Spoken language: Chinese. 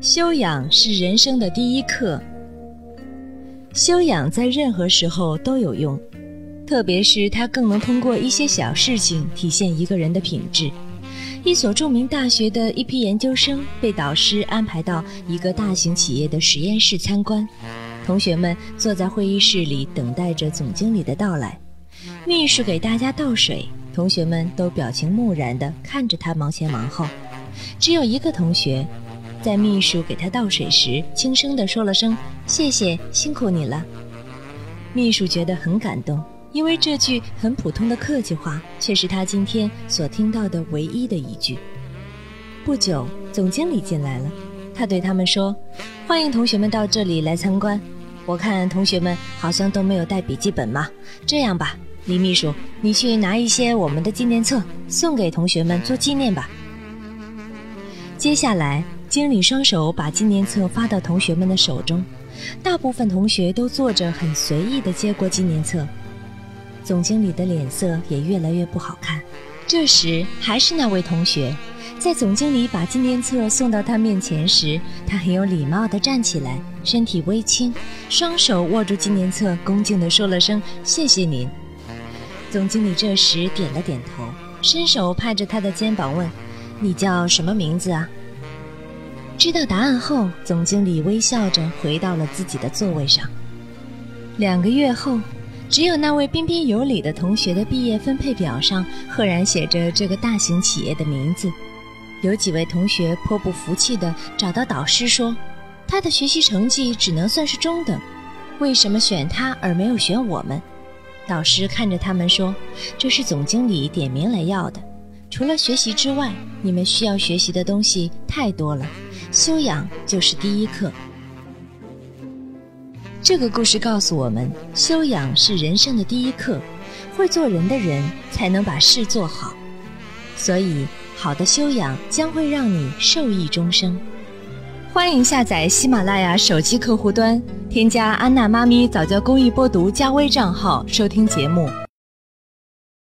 修养是人生的第一课。修养在任何时候都有用，特别是它更能通过一些小事情体现一个人的品质。一所著名大学的一批研究生被导师安排到一个大型企业的实验室参观，同学们坐在会议室里等待着总经理的到来。秘书给大家倒水，同学们都表情木然地看着他忙前忙后。只有一个同学在秘书给他倒水时轻声地说了声谢谢，辛苦你了。秘书觉得很感动，因为这句很普通的客气话却是他今天所听到的唯一的一句。不久，总经理进来了，他对他们说，欢迎同学们到这里来参观，我看同学们好像都没有带笔记本嘛，这样吧，李秘书，你去拿一些我们的纪念册送给同学们做纪念吧。接下来经理双手把纪念册发到同学们的手中，大部分同学都坐着很随意地接过纪念册。总经理的脸色也越来越不好看。这时还是那位同学，在总经理把纪念册送到他面前时，他很有礼貌地站起来，身体微倾，双手握住纪念册，恭敬地说了声谢谢您。总经理这时点了点头，伸手拍着他的肩膀问，你叫什么名字啊？知道答案后，总经理微笑着回到了自己的座位上。2个月后，只有那位彬彬有礼的同学的毕业分配表上赫然写着这个大型企业的名字。有几位同学颇不服气地找到导师说，他的学习成绩只能算是中等，为什么选他而没有选我们？导师看着他们说，这是总经理点名来要的，除了学习之外，你们需要学习的东西太多了，修养就是第一课。这个故事告诉我们，修养是人生的第一课，会做人的人才能把事做好，所以好的修养将会让你受益终生。欢迎下载喜马拉雅手机客户端，添加安娜妈咪早教公益播读加微账号收听节目。